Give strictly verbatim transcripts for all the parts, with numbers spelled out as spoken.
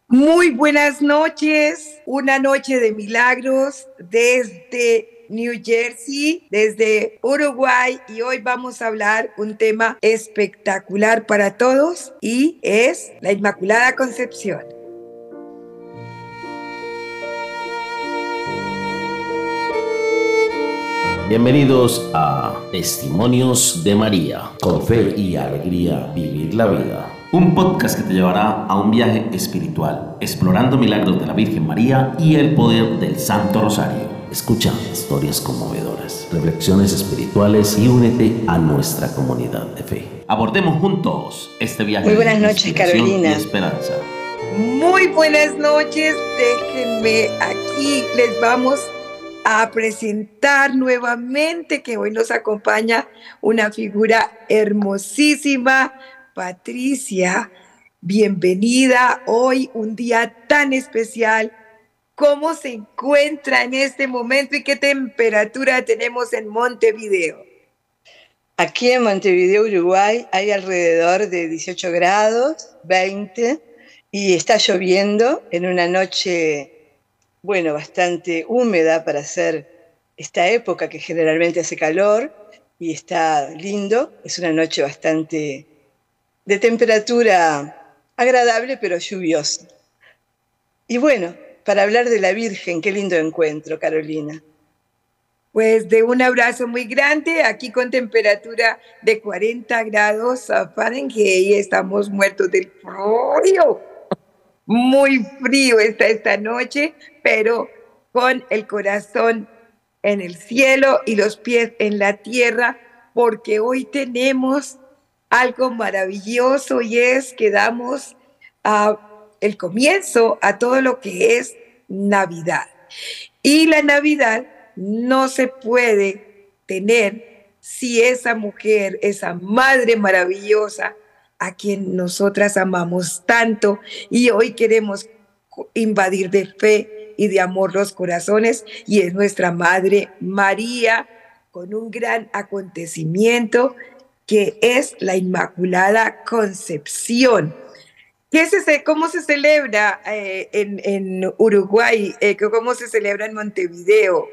Muy buenas noches, una noche de milagros desde New Jersey, desde Uruguay, y hoy vamos a hablar un tema espectacular para todos y es la Inmaculada Concepción. Bienvenidos a Testimonios de María, con fe y alegría vivir la vida. Un podcast que te llevará a un viaje espiritual, explorando milagros de la Virgen María y el poder del Santo Rosario. Escucha historias conmovedoras, reflexiones espirituales y únete a nuestra comunidad de fe. Abordemos juntos este viaje. Muy buenas de noches, Carolina. Y esperanza. Muy buenas noches, déjenme aquí, les vamos a presentar nuevamente que hoy nos acompaña una figura hermosísima, Patricia. Bienvenida hoy, un día tan especial. ¿Cómo se encuentra en este momento y qué temperatura tenemos en Montevideo? Aquí en Montevideo, Uruguay, hay alrededor de dieciocho grados, veinte, y está lloviendo en una noche, bueno, bastante húmeda para hacer esta época que generalmente hace calor y está lindo. Es una noche bastante de temperatura agradable, pero lluviosa. Y bueno, para hablar de la Virgen, qué lindo encuentro, Carolina. Pues de un abrazo muy grande, aquí con temperatura de cuarenta grados Fahrenheit, estamos muertos del frío. Muy frío está esta noche, pero con el corazón en el cielo y los pies en la tierra, porque hoy tenemos algo maravilloso y es que damos uh, el comienzo a todo lo que es Navidad. Y la Navidad no se puede tener si esa mujer, esa madre maravillosa, a quien nosotras amamos tanto y hoy queremos invadir de fe y de amor los corazones, y es nuestra Madre María, con un gran acontecimiento que es la Inmaculada Concepción. ¿Qué se, ¿Cómo se celebra eh, en, en Uruguay? Eh, ¿Cómo se celebra en Montevideo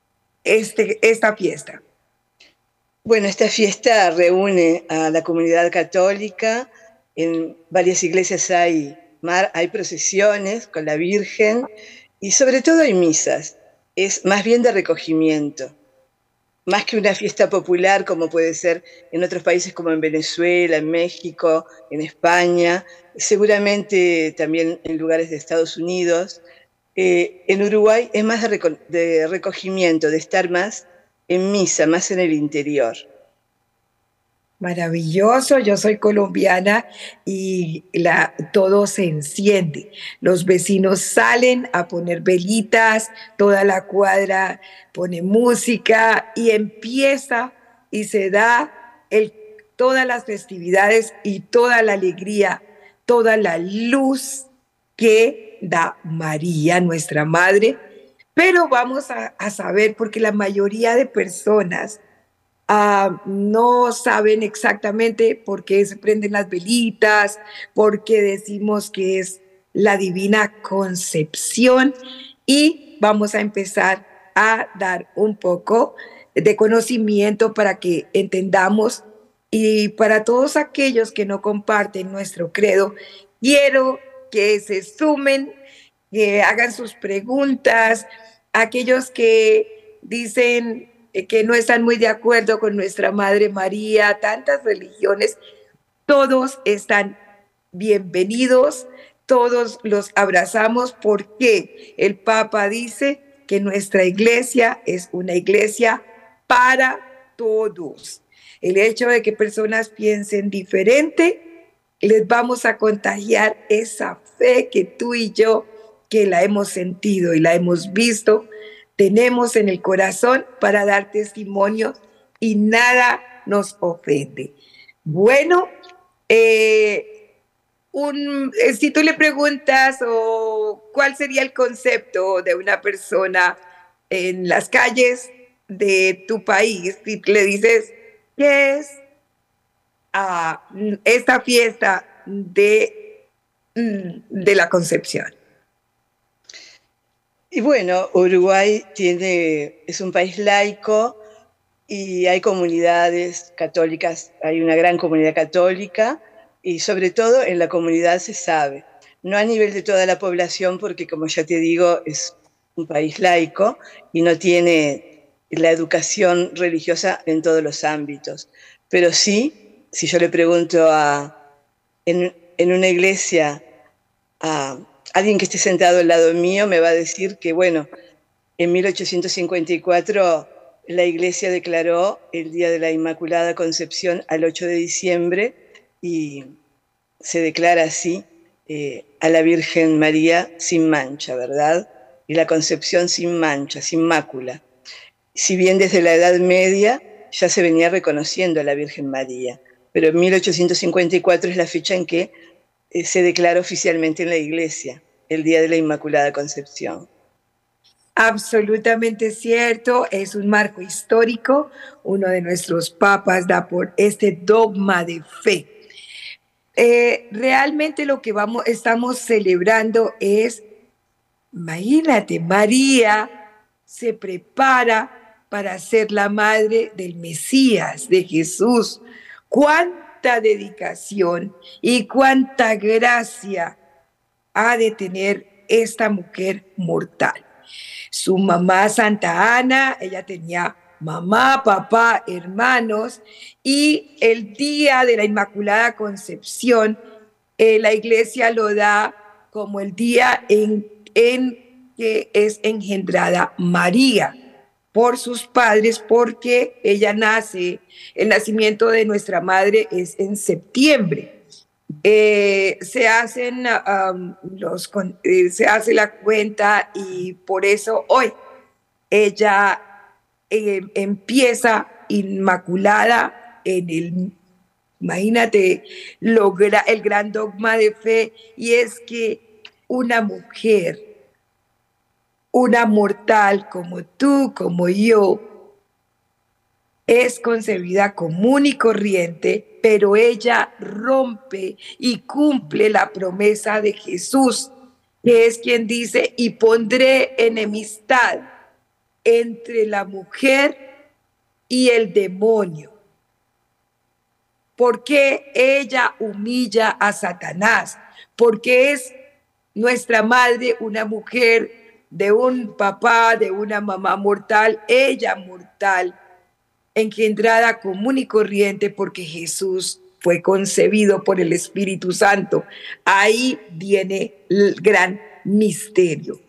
este, esta fiesta? Bueno, esta fiesta reúne a la comunidad católica. En varias iglesias hay, hay procesiones con la Virgen y sobre todo hay misas. Es más bien de recogimiento, más que una fiesta popular como puede ser en otros países como en Venezuela, en México, en España, seguramente también en lugares de Estados Unidos. Eh, en Uruguay es más de, reco de recogimiento, de estar más en misa, más en el interior. Maravilloso, yo soy colombiana y la, todo se enciende. Los vecinos salen a poner velitas, toda la cuadra pone música y empieza y se da el, todas las festividades y toda la alegría, toda la luz que da María, nuestra Madre. Pero vamos a, a saber, porque la mayoría de personas Uh, no saben exactamente por qué se prenden las velitas, por qué decimos que es la Divina Concepción, y vamos a empezar a dar un poco de conocimiento para que entendamos, y para todos aquellos que no comparten nuestro credo, quiero que se sumen, que hagan sus preguntas, aquellos que dicen que no están muy de acuerdo con nuestra Madre María, tantas religiones, todos están bienvenidos, todos los abrazamos, porque el Papa dice que nuestra iglesia es una iglesia para todos. El hecho de que personas piensen diferente, les vamos a contagiar esa fe que tú y yo, que la hemos sentido y la hemos visto, tenemos en el corazón para dar testimonio, y nada nos ofende. Bueno, eh, un, si tú le preguntas o cuál sería el concepto de una persona en las calles de tu país, si le dices, ¿qué es uh, esta fiesta de de la concepción. Y bueno, Uruguay tiene, es un país laico y hay comunidades católicas, hay una gran comunidad católica y sobre todo en la comunidad se sabe, no a nivel de toda la población porque como ya te digo es un país laico y no tiene la educación religiosa en todos los ámbitos, pero sí, si yo le pregunto a, en, en una iglesia a alguien que esté sentado al lado mío me va a decir que, bueno, en mil ochocientos cincuenta y cuatro la Iglesia declaró el Día de la Inmaculada Concepción al ocho de diciembre y se declara así eh, a la Virgen María sin mancha, ¿verdad? Y la Concepción sin mancha, sin mácula. Si bien desde la Edad Media ya se venía reconociendo a la Virgen María, pero en mil ochocientos cincuenta y cuatro es la fecha en que eh, se declara oficialmente en la Iglesia el Día de la Inmaculada Concepción. Absolutamente cierto, es un marco histórico. Uno de nuestros papas da por este dogma de fe. Eh, realmente lo que vamos, estamos celebrando es, imagínate, María se prepara para ser la madre del Mesías, de Jesús. Cuánta dedicación y cuánta gracia ha de tener esta mujer mortal. Su mamá Santa Ana, ella tenía mamá, papá, hermanos, y el día de la Inmaculada Concepción, eh, la iglesia lo da como el día en, en que es engendrada María por sus padres, porque ella nace, el nacimiento de nuestra madre es en septiembre. Eh, se hacen um, los, eh, se hace la cuenta y por eso hoy ella eh, empieza inmaculada en el, imagínate, logra el gran dogma de fe, y es que una mujer, una mortal como tú, como yo, es concebida común y corriente, pero ella rompe y cumple la promesa de Jesús, que es quien dice, y pondré enemistad entre la mujer y el demonio. Porque ella humilla a Satanás, porque es nuestra madre una mujer de un papá, de una mamá mortal, ella mortal, engendrada común y corriente porque Jesús fue concebido por el Espíritu Santo. Ahí viene el gran misterio.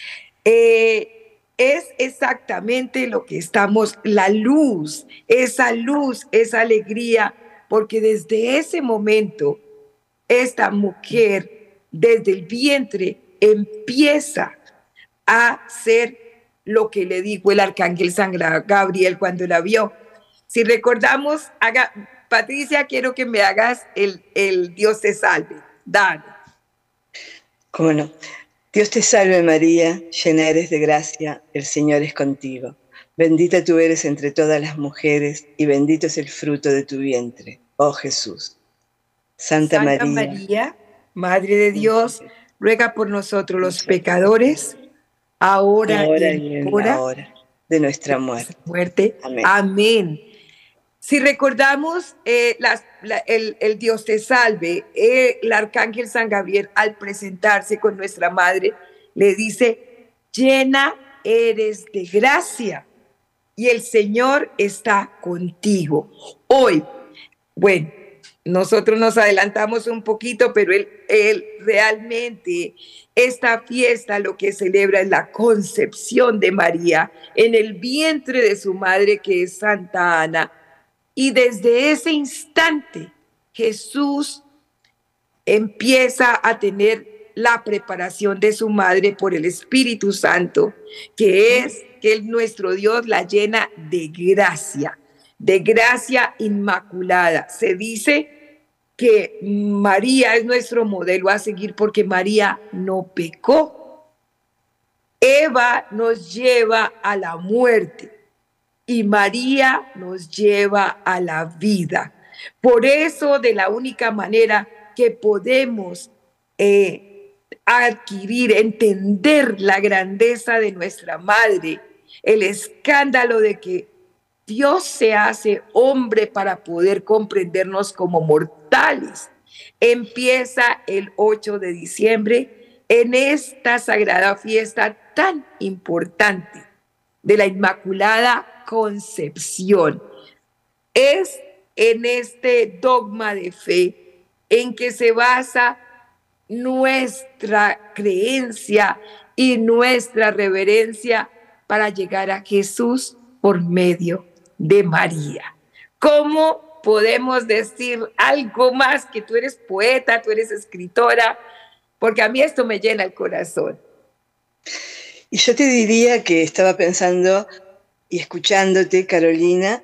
Eh, es exactamente lo que estamos, la luz, esa luz, esa alegría, porque desde ese momento esta mujer, desde el vientre, empieza a ser lo que le dijo el arcángel San Gabriel cuando la vio. Si recordamos, haga, Patricia, quiero que me hagas el, el Dios te salve. Dale. Cómo no. Dios te salve María, llena eres de gracia, el Señor es contigo. Bendita tú eres entre todas las mujeres y bendito es el fruto de tu vientre, oh Jesús. Santa, Santa María, María, Madre de Dios, ruega por nosotros los pecadores, ahora, ahora y y en en hora la hora de nuestra muerte. muerte. Amén. Amén. Si recordamos eh, las, la, el, el Dios te salve, eh, el arcángel San Gabriel al presentarse con nuestra madre le dice, llena eres de gracia y el Señor está contigo. Hoy, bueno, nosotros nos adelantamos un poquito, pero él, él realmente, esta fiesta lo que celebra es la concepción de María en el vientre de su madre, que es Santa Ana. Y desde ese instante Jesús empieza a tener la preparación de su madre por el Espíritu Santo, que es que nuestro Dios la llena de gracia, de gracia inmaculada. Se dice que María es nuestro modelo a seguir porque María no pecó. Eva nos lleva a la muerte y María nos lleva a la vida. Por eso, de la única manera que podemos eh, adquirir, entender la grandeza de nuestra madre, el escándalo de que Dios se hace hombre para poder comprendernos como mortales. Empieza el ocho de diciembre en esta sagrada fiesta tan importante de la Inmaculada Concepción. Es en este dogma de fe en que se basa nuestra creencia y nuestra reverencia para llegar a Jesús por medio de María. ¿Cómo podemos decir algo más? Que tú eres poeta, tú eres escritora, porque a mí esto me llena el corazón. Y yo te diría que estaba pensando y escuchándote, Carolina,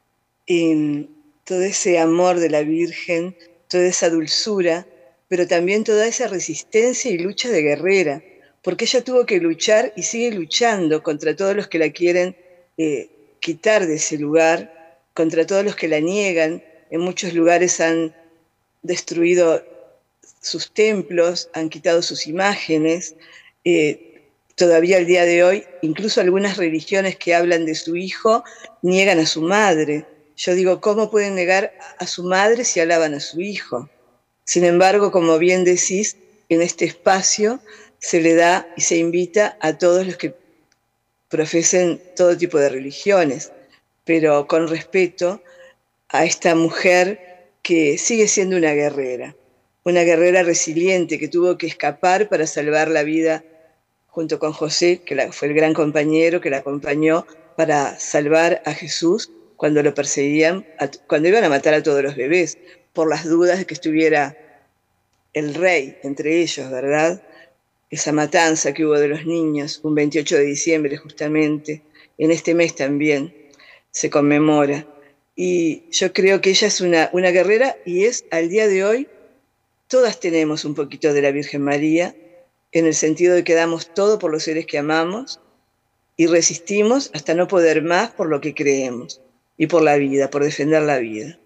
en todo ese amor de la Virgen, toda esa dulzura, pero también toda esa resistencia y lucha de guerrera, porque ella tuvo que luchar y sigue luchando contra todos los que la quieren eh, quitar de ese lugar, contra todos los que la niegan. En muchos lugares han destruido sus templos, han quitado sus imágenes. Eh, todavía al día de hoy, incluso algunas religiones que hablan de su hijo niegan a su madre. Yo digo, ¿cómo pueden negar a su madre si alaban a su hijo? Sin embargo, como bien decís, en este espacio se le da y se invita a todos los que profesen todo tipo de religiones, pero con respeto a esta mujer que sigue siendo una guerrera, una guerrera resiliente que tuvo que escapar para salvar la vida junto con José, que fue el gran compañero que la acompañó para salvar a Jesús cuando lo perseguían, cuando iban a matar a todos los bebés, por las dudas de que estuviera el rey entre ellos, ¿verdad? Esa matanza que hubo de los niños, un veintiocho de diciembre justamente, en este mes también se conmemora. Y yo creo que ella es una, una guerrera y es, al día de hoy, todas tenemos un poquito de la Virgen María, en el sentido de que damos todo por los seres que amamos y resistimos hasta no poder más por lo que creemos y por la vida, por defender la vida.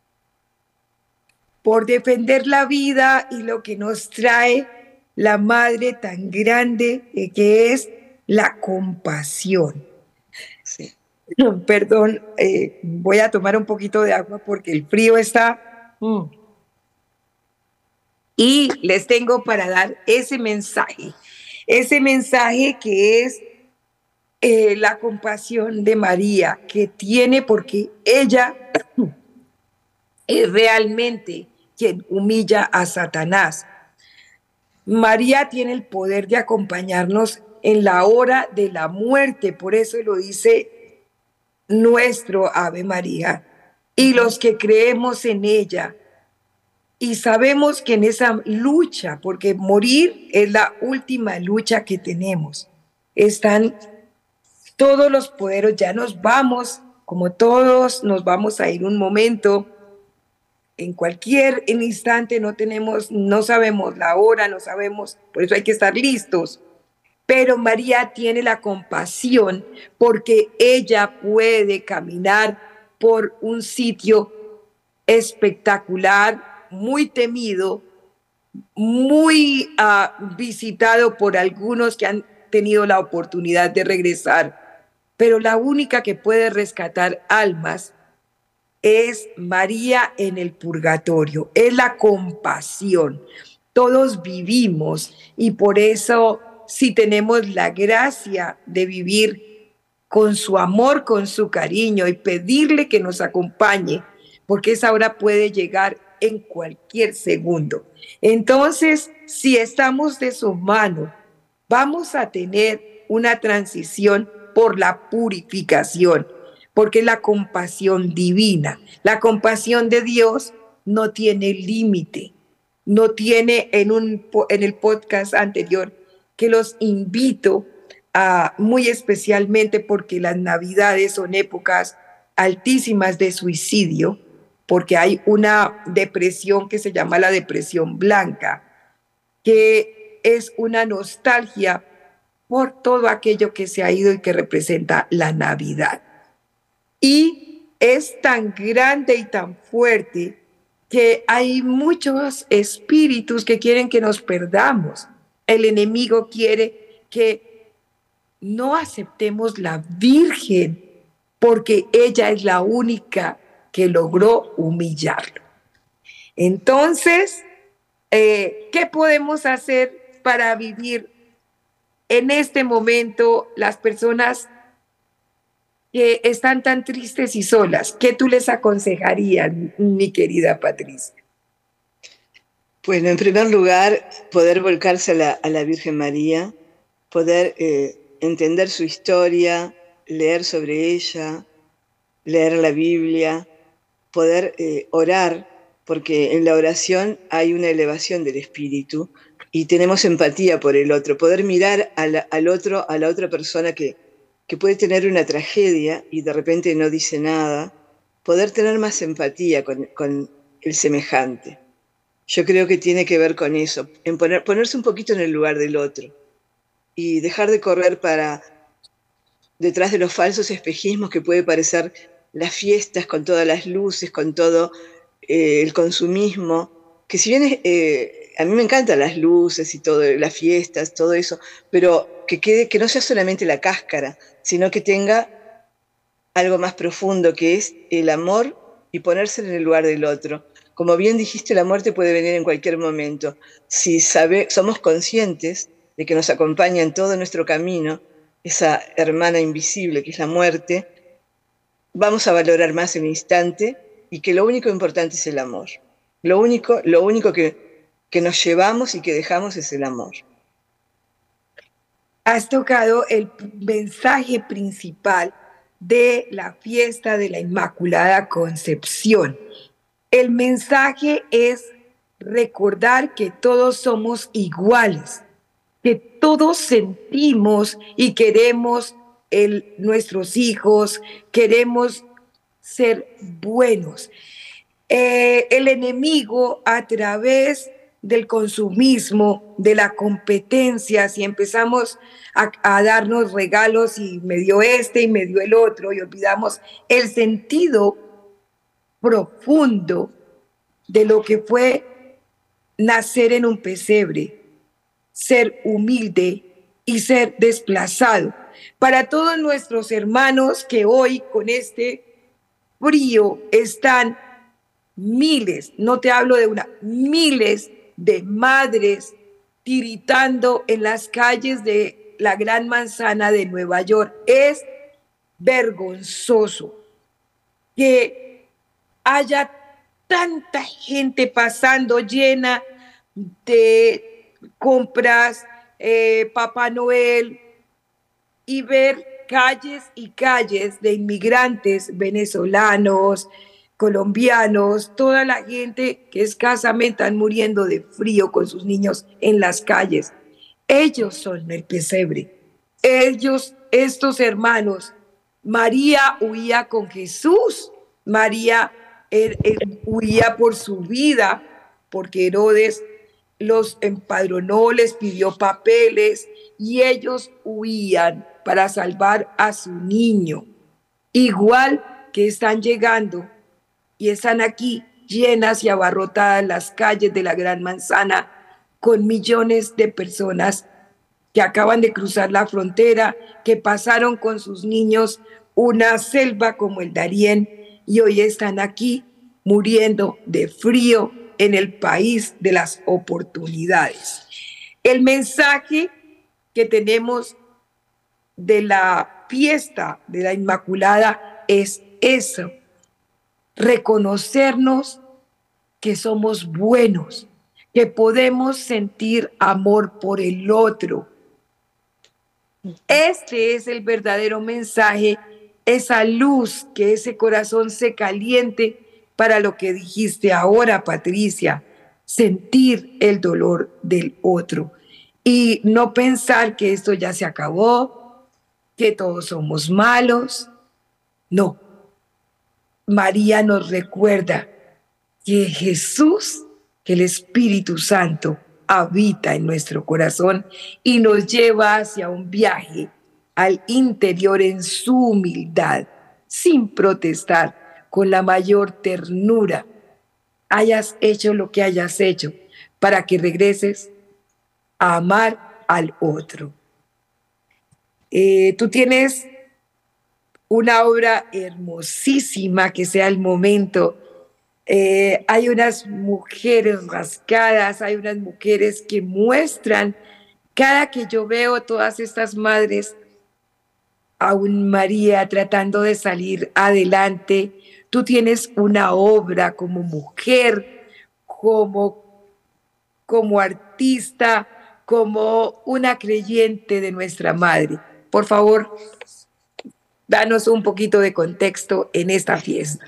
Por defender la vida y lo que nos trae la madre tan grande eh, que es la compasión. Sí. Perdón, eh, voy a tomar un poquito de agua porque el frío está... Mm. Y les tengo para dar ese mensaje, ese mensaje que es eh, la compasión de María, que tiene porque ella es realmente quien humilla a Satanás. María tiene el poder de acompañarnos en la hora de la muerte, por eso lo dice nuestro Ave María. Y los que creemos en ella y sabemos que en esa lucha, porque morir es la última lucha que tenemos, están todos los poderes, ya nos vamos, como todos nos vamos a ir un momento. En cualquier instante no tenemos, no sabemos la hora, no sabemos, por eso hay que estar listos. Pero María tiene la compasión porque ella puede caminar por un sitio espectacular, muy temido, muy uh, visitado por algunos que han tenido la oportunidad de regresar. Pero la única que puede rescatar almas es María en el purgatorio, es la compasión. Todos vivimos y por eso si tenemos la gracia de vivir con su amor, con su cariño y pedirle que nos acompañe, porque esa hora puede llegar en cualquier segundo. Entonces, si estamos de su mano, vamos a tener una transición por la purificación, porque la compasión divina, la compasión de Dios no tiene límite, no tiene en, un, en el podcast anterior que los invito a, muy especialmente porque las Navidades son épocas altísimas de suicidio, porque hay una depresión que se llama la depresión blanca, que es una nostalgia por todo aquello que se ha ido y que representa la Navidad. Y es tan grande y tan fuerte que hay muchos espíritus que quieren que nos perdamos. El enemigo quiere que no aceptemos la Virgen porque ella es la única que logró humillarlo. Entonces, eh, ¿qué podemos hacer para vivir en este momento las personas que están tan tristes y solas? ¿Qué tú les aconsejarías, mi querida Patricia? Bueno, en primer lugar, poder volcarse a la, a la Virgen María, poder eh, entender su historia, leer sobre ella, leer la Biblia, poder eh, orar, porque en la oración hay una elevación del espíritu y tenemos empatía por el otro, poder mirar al, al otro, a la otra persona que, que puede tener una tragedia y de repente no dice nada, poder tener más empatía con, con el semejante. Yo creo que tiene que ver con eso, en poner, ponerse un poquito en el lugar del otro y dejar de correr para detrás de los falsos espejismos que puede parecer las fiestas con todas las luces, con todo eh, el consumismo, que si bien es, eh, a mí me encantan las luces y todo, las fiestas, todo eso, pero que quede, que no sea solamente la cáscara, sino que tenga algo más profundo, que es el amor y ponerse en el lugar del otro. Como bien dijiste, la muerte puede venir en cualquier momento. Si sabe, somos conscientes de que nos acompaña en todo nuestro camino, esa hermana invisible que es la muerte, vamos a valorar más el instante y que lo único importante es el amor. Lo único, lo único que, que nos llevamos y que dejamos es el amor. Has tocado el mensaje principal de la fiesta de la Inmaculada Concepción. El mensaje es recordar que todos somos iguales, que todos sentimos y queremos el, nuestros hijos, queremos ser buenos. Eh, el enemigo, a través del consumismo, de la competencia, si empezamos a, a darnos regalos y me dio este y me dio el otro y olvidamos el sentido profundo de lo que fue nacer en un pesebre, ser humilde y ser desplazado. Para todos nuestros hermanos que hoy con este frío están miles, no te hablo de una, miles de madres tiritando en las calles de la Gran Manzana de Nueva York. Es vergonzoso que haya tanta gente pasando llena de compras, eh, Papá Noel, y ver calles y calles de inmigrantes venezolanos, colombianos, toda la gente que escasamente están muriendo de frío con sus niños en las calles. Ellos son el pesebre. Ellos, estos hermanos, María huía con Jesús. María er, er, huía por su vida, porque Herodes los empadronó, les pidió papeles y ellos huían para salvar a su niño. Igual que están llegando y están aquí llenas y abarrotadas las calles de la Gran Manzana con millones de personas que acaban de cruzar la frontera, que pasaron con sus niños una selva como el Darién y hoy están aquí muriendo de frío en el país de las oportunidades. El mensaje que tenemos de la fiesta de la Inmaculada es eso, reconocernos que somos buenos, que podemos sentir amor por el otro. Este es el verdadero mensaje, esa luz, que ese corazón se caliente para lo que dijiste ahora, Patricia, sentir el dolor del otro y no pensar que esto ya se acabó, que todos somos malos. No, María nos recuerda que Jesús, que el Espíritu Santo habita en nuestro corazón y nos lleva hacia un viaje al interior en su humildad, sin protestar, con la mayor ternura, hayas hecho lo que hayas hecho, para que regreses a amar al otro. Eh, tú tienes una obra hermosísima, que sea el momento. Eh, hay unas mujeres rascadas, hay unas mujeres que muestran, cada que yo veo todas estas madres, aún María tratando de salir adelante, tú tienes una obra como mujer, como, como artista, como una creyente de nuestra madre. Por favor, danos un poquito de contexto en esta fiesta.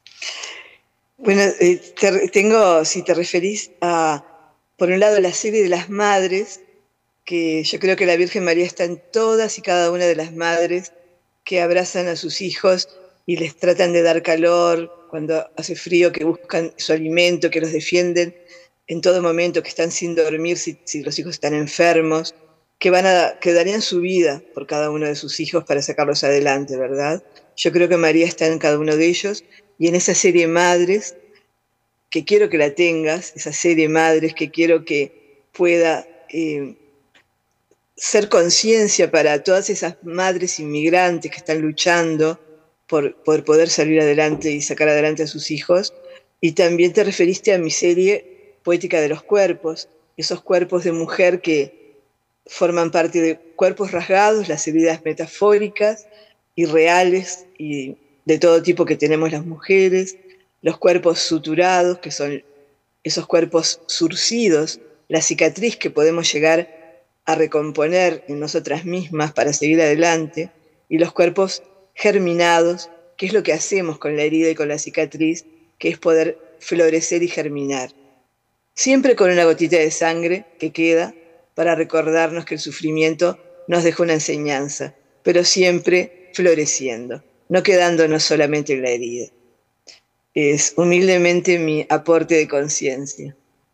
Bueno, eh, te, tengo, si te referís a, por un lado, la serie de las madres, que yo creo que la Virgen María está en todas y cada una de las madres que abrazan a sus hijos y les tratan de dar calor cuando hace frío, que buscan su alimento, que los defienden en todo momento, que están sin dormir si, si los hijos están enfermos, que, van a, que darían su vida por cada uno de sus hijos para sacarlos adelante, ¿verdad? Yo creo que María está en cada uno de ellos, y en esa serie Madres, que quiero que la tengas, esa serie Madres, que quiero que pueda eh, ser conciencia para todas esas madres inmigrantes que están luchando por, por poder salir adelante y sacar adelante a sus hijos. Y también te referiste a mi serie Poética de los Cuerpos, esos cuerpos de mujer que forman parte de cuerpos rasgados, las heridas metafóricas y reales y de todo tipo que tenemos las mujeres, los cuerpos suturados, que son esos cuerpos surcidos, la cicatriz que podemos llegar a recomponer en nosotras mismas para seguir adelante, y los cuerpos germinados, que es lo que hacemos con la herida y con la cicatriz, que es poder florecer y germinar. Siempre con una gotita de sangre que queda para recordarnos que el sufrimiento nos dejó una enseñanza, pero siempre floreciendo, no quedándonos solamente en la herida. Es humildemente mi aporte de conciencia.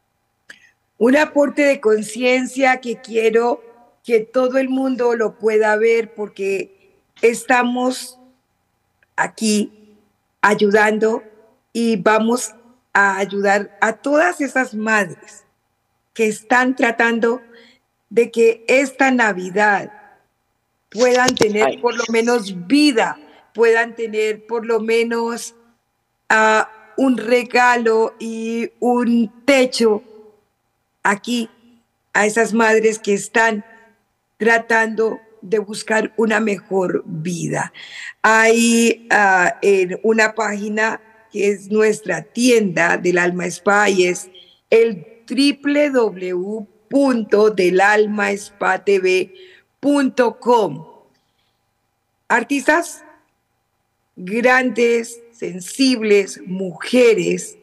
Un aporte de conciencia que quiero que todo el mundo lo pueda ver, porque estamos aquí ayudando y vamos a ayudar a todas esas madres que están tratando de que esta Navidad puedan tener Ay. por lo menos vida, puedan tener por lo menos uh, un regalo y un techo aquí, a esas madres que están tratando de buscar una mejor vida. Hay uh, en una página que es nuestra tienda del Alma Spa, y es el doble u doble u doble u punto del alma spa t v punto com. Artistas grandes, sensibles, mujeres,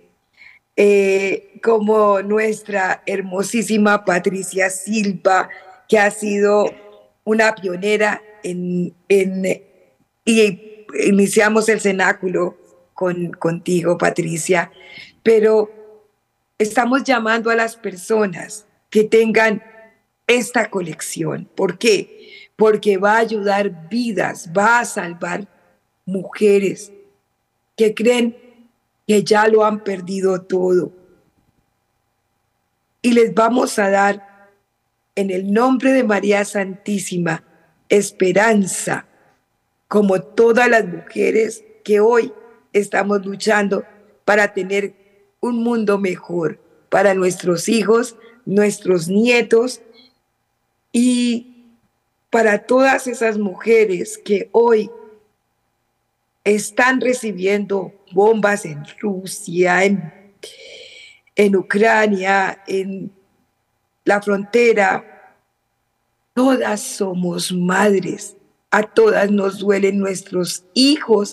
eh, como nuestra hermosísima Patricia Silva, que ha sido una pionera en, en y iniciamos el cenáculo con, contigo, Patricia, pero estamos llamando a las personas que tengan esta colección. ¿Por qué? Porque va a ayudar vidas, va a salvar mujeres que creen que ya lo han perdido todo. Y les vamos a dar, en el nombre de María Santísima, esperanza, como todas las mujeres que hoy estamos luchando para tener un mundo mejor para nuestros hijos, nuestros nietos, y para todas esas mujeres que hoy están recibiendo bombas en Rusia, en, en Ucrania, en la frontera. Todas somos madres, a todas nos duelen nuestros hijos,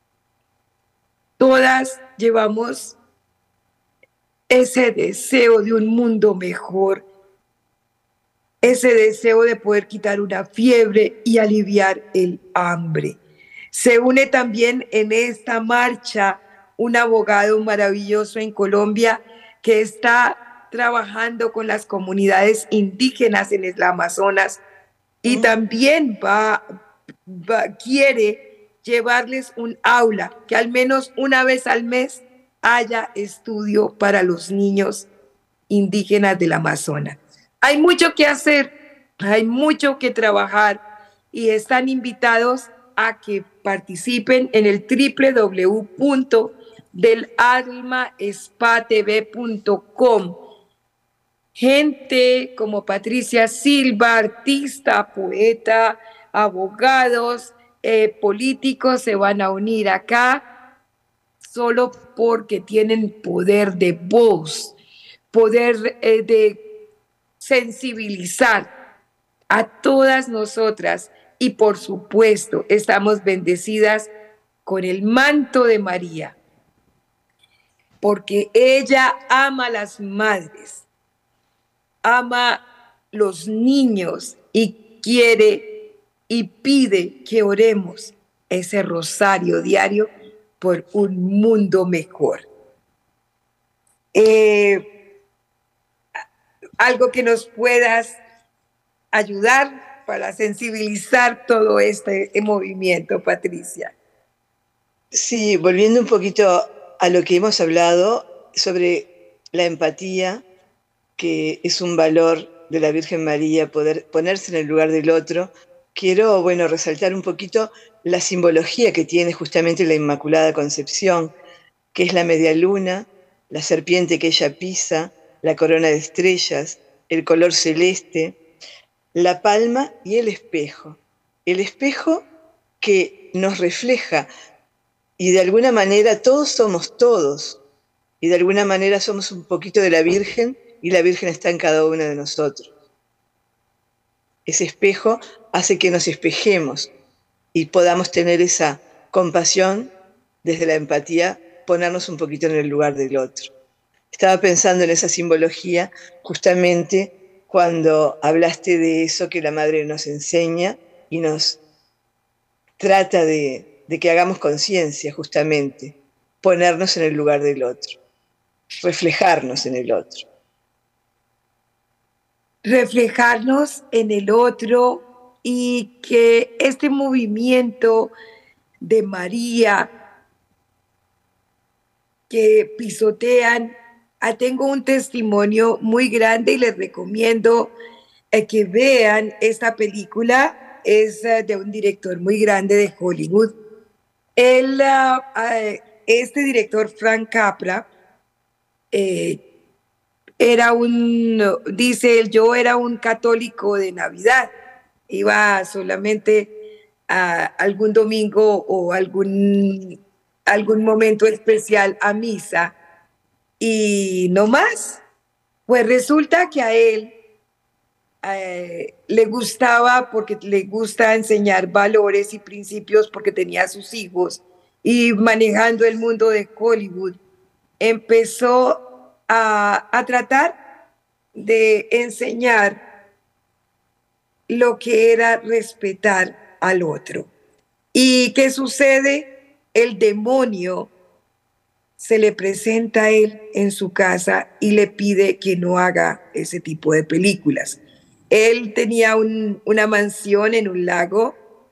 todas llevamos ese deseo de un mundo mejor, ese deseo de poder quitar una fiebre y aliviar el hambre. Se une también en esta marcha un abogado maravilloso en Colombia que está trabajando con las comunidades indígenas en el Amazonas y también va, va, quiere llevarles un aula que al menos una vez al mes haya estudio para los niños indígenas del Amazonas. Hay mucho que hacer, hay mucho que trabajar y están invitados a que participen en el doble u doble u doble u punto del alma spa t v punto com. Gente como Patricia Silva, artista, poeta, abogados, eh, políticos se van a unir acá solo porque tienen poder de voz, poder eh, de sensibilizar a todas nosotras y por supuesto estamos bendecidas con el manto de María, porque ella ama a las madres, ama los niños y quiere y pide que oremos ese rosario diario por un mundo mejor. Eh, algo que nos puedas ayudar para sensibilizar todo este movimiento, Patricia. Sí, volviendo un poquito a lo que hemos hablado sobre la empatía, que es un valor de la Virgen María, poder ponerse en el lugar del otro, quiero, bueno, resaltar un poquito la simbología que tiene justamente la Inmaculada Concepción, que es la media luna, la serpiente que ella pisa, la corona de estrellas, el color celeste, la palma y el espejo. El espejo que nos refleja y de alguna manera todos somos todos y de alguna manera somos un poquito de la Virgen y la Virgen está en cada uno de nosotros. Ese espejo hace que nos espejemos y podamos tener esa compasión desde la empatía, ponernos un poquito en el lugar del otro. Estaba pensando en esa simbología justamente cuando hablaste de eso que la Madre nos enseña y nos trata de, de que hagamos conciencia justamente, ponernos en el lugar del otro, reflejarnos en el otro. Reflejarnos en el otro y que este movimiento de María que pisotean, ah, tengo un testimonio muy grande y les recomiendo eh, que vean esta película, es uh, de un director muy grande de Hollywood. Él, uh, uh, este director, Frank Capra, eh, era un, dice él, yo era un católico de Navidad, iba solamente a algún domingo o algún, algún momento especial a misa y no más. Pues resulta que a él eh, le gustaba, porque le gusta enseñar valores y principios porque tenía a sus hijos y manejando el mundo de Hollywood, empezó A, a tratar de enseñar lo que era respetar al otro. ¿Y qué sucede? El demonio se le presenta a él en su casa y le pide que no haga ese tipo de películas. Él tenía un, una mansión en un lago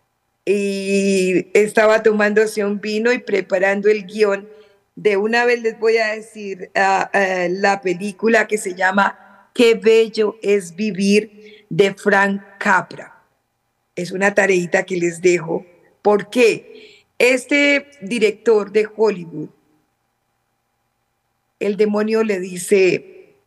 y estaba tomándose un vino y preparando el guión. De una vez les voy a decir uh, uh, la película que se llama Qué bello es vivir, de Frank Capra. Es una tareita que les dejo. ¿Por qué? Este director de Hollywood, el demonio le dice,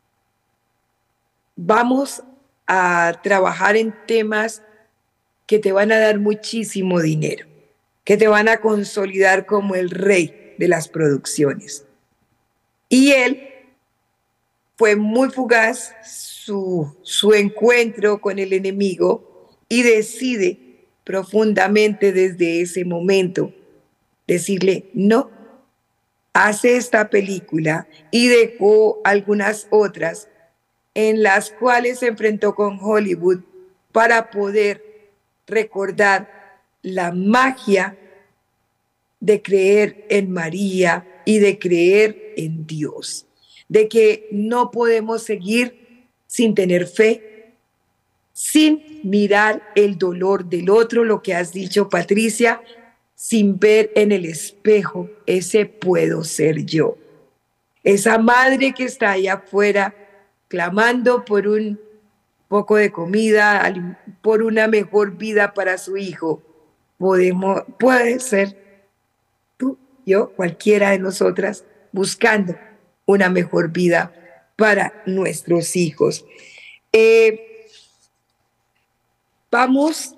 vamos a trabajar en temas que te van a dar muchísimo dinero, que te van a consolidar como el rey de las producciones. Y él fue muy fugaz su, su encuentro con el enemigo y decide profundamente desde ese momento decirle no, hace esta película y dejó algunas otras en las cuales se enfrentó con Hollywood para poder recordar la magia de creer en María y de creer en Dios, de que no podemos seguir sin tener fe, sin mirar el dolor del otro, lo que has dicho, Patricia, sin ver en el espejo ese puedo ser yo. Esa madre que está allá afuera clamando por un poco de comida, por una mejor vida para su hijo, podemos, puede ser tú, yo, cualquiera de nosotras, buscando una mejor vida para nuestros hijos. Eh, vamos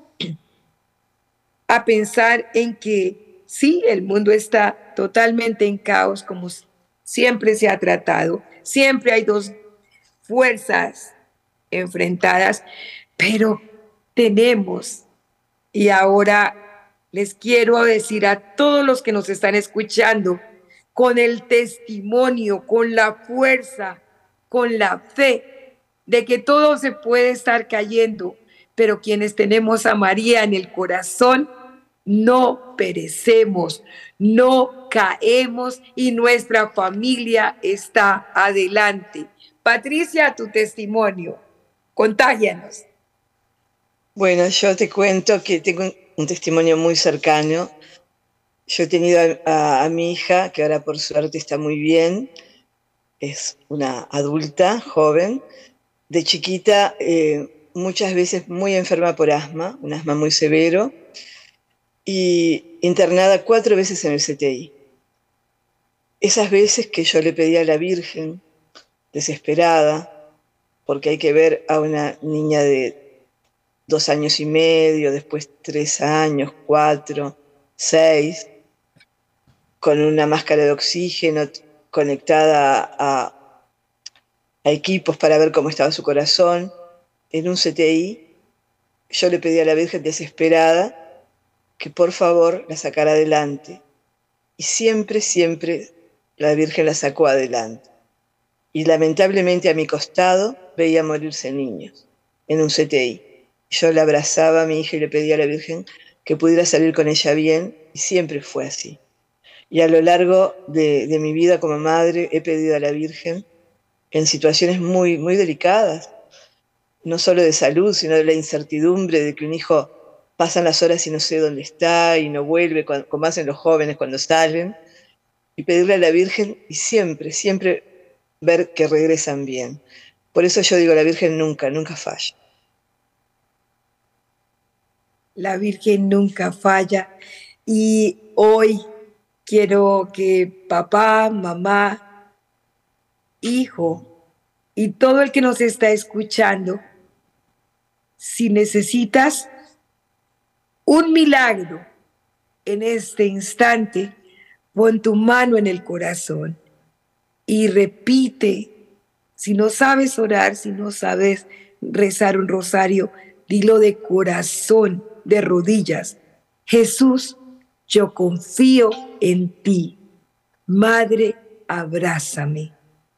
a pensar en que sí, el mundo está totalmente en caos, como siempre se ha tratado. Siempre hay dos fuerzas enfrentadas, pero tenemos, y ahora les quiero decir a todos los que nos están escuchando, con el testimonio, con la fuerza, con la fe de que todo se puede estar cayendo, pero quienes tenemos a María en el corazón, no perecemos, no caemos y nuestra familia está adelante. Patricia, tu testimonio, contágianos. Bueno, yo te cuento que tengo un testimonio muy cercano. Yo he tenido a, a, a mi hija, que ahora por suerte está muy bien, es una adulta, joven, de chiquita, eh, muchas veces muy enferma por asma, un asma muy severo, y internada cuatro veces en el C T I. Esas veces que yo le pedí a la Virgen, desesperada, porque hay que ver a una niña de dos años y medio, después tres años, cuatro, seis, con una máscara de oxígeno conectada a, a equipos para ver cómo estaba su corazón, en un C T I. Yo le pedí a la Virgen desesperada que por favor la sacara adelante. Y siempre, siempre la Virgen la sacó adelante. Y lamentablemente a mi costado veía morirse niños en un C T I. Yo la abrazaba a mi hija y le pedía a la Virgen que pudiera salir con ella bien, y siempre fue así. Y a lo largo de, de mi vida como madre he pedido a la Virgen en situaciones muy, muy delicadas, no solo de salud, sino de la incertidumbre de que un hijo pasan las horas y no sé dónde está y no vuelve, como hacen los jóvenes cuando salen, y pedirle a la Virgen y siempre, siempre ver que regresan bien. Por eso yo digo, la Virgen nunca, nunca falla. La Virgen nunca falla. Y hoy quiero que papá, mamá, hijo y todo el que nos está escuchando, si necesitas un milagro en este instante, pon tu mano en el corazón y repite. Si no sabes orar, si no sabes rezar un rosario, dilo de corazón, de rodillas. Jesús, yo confío en ti. Madre, abrázame.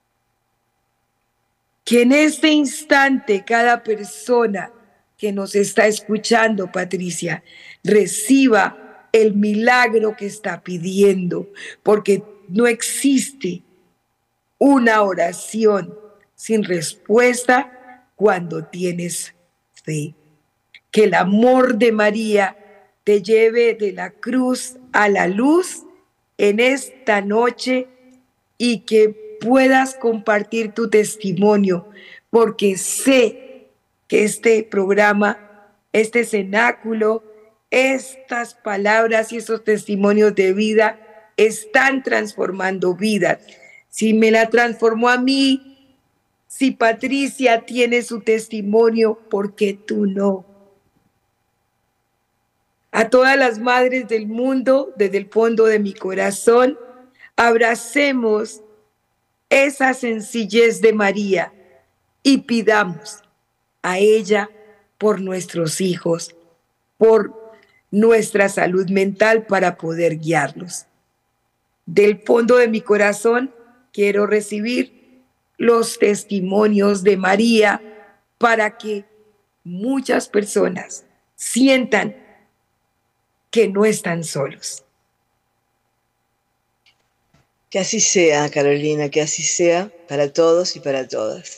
Que en este instante cada persona que nos está escuchando, Patricia, reciba el milagro que está pidiendo, porque no existe una oración sin respuesta cuando tienes fe. Que el amor de María te lleve de la cruz a la luz en esta noche y que puedas compartir tu testimonio, porque sé que este programa, este cenáculo, estas palabras y estos testimonios de vida están transformando vidas. Si me la transformó a mí, si Patricia tiene su testimonio, ¿por qué tú no? A todas las madres del mundo, desde el fondo de mi corazón, abracemos esa sencillez de María y pidamos a ella por nuestros hijos, por nuestra salud mental para poder guiarlos. Del fondo de mi corazón quiero recibir los testimonios de María para que muchas personas sientan que no están solos. Que así sea, Carolina, que así sea para todos y para todas.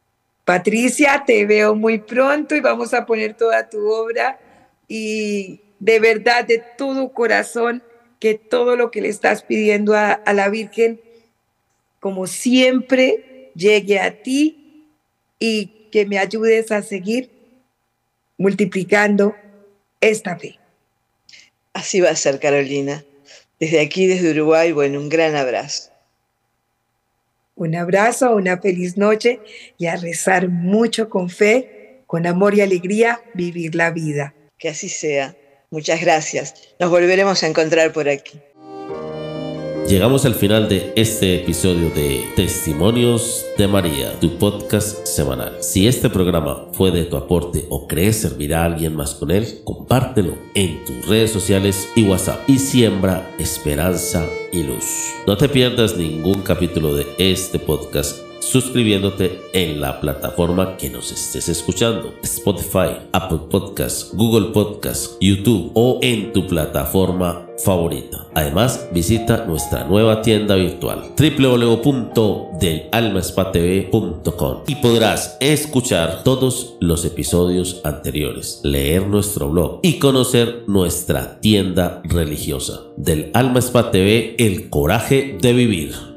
Patricia, te veo muy pronto y vamos a poner toda tu obra y de verdad, de todo corazón, que todo lo que le estás pidiendo a, a la Virgen, como siempre, llegue a ti y que me ayudes a seguir multiplicando esta fe. Así va a ser, Carolina. Desde aquí, desde Uruguay, bueno, un gran abrazo. Un abrazo, una feliz noche y a rezar mucho con fe, con amor y alegría, vivir la vida. Que así sea. Muchas gracias. Nos volveremos a encontrar por aquí. Llegamos al final de este episodio de Testimonios de María, tu podcast semanal. Si este programa fue de tu aporte o crees servir a alguien más con él, compártelo en tus redes sociales y WhatsApp y siembra esperanza y luz. No te pierdas ningún capítulo de este podcast suscribiéndote en la plataforma que nos estés escuchando: Spotify, Apple Podcasts, Google Podcasts, YouTube o en tu plataforma favorita. Además, visita nuestra nueva tienda virtual doble u doble u doble u punto del alma spa t v punto com y podrás escuchar todos los episodios anteriores, leer nuestro blog y conocer nuestra tienda religiosa. Del Alma Spa T V, el coraje de vivir.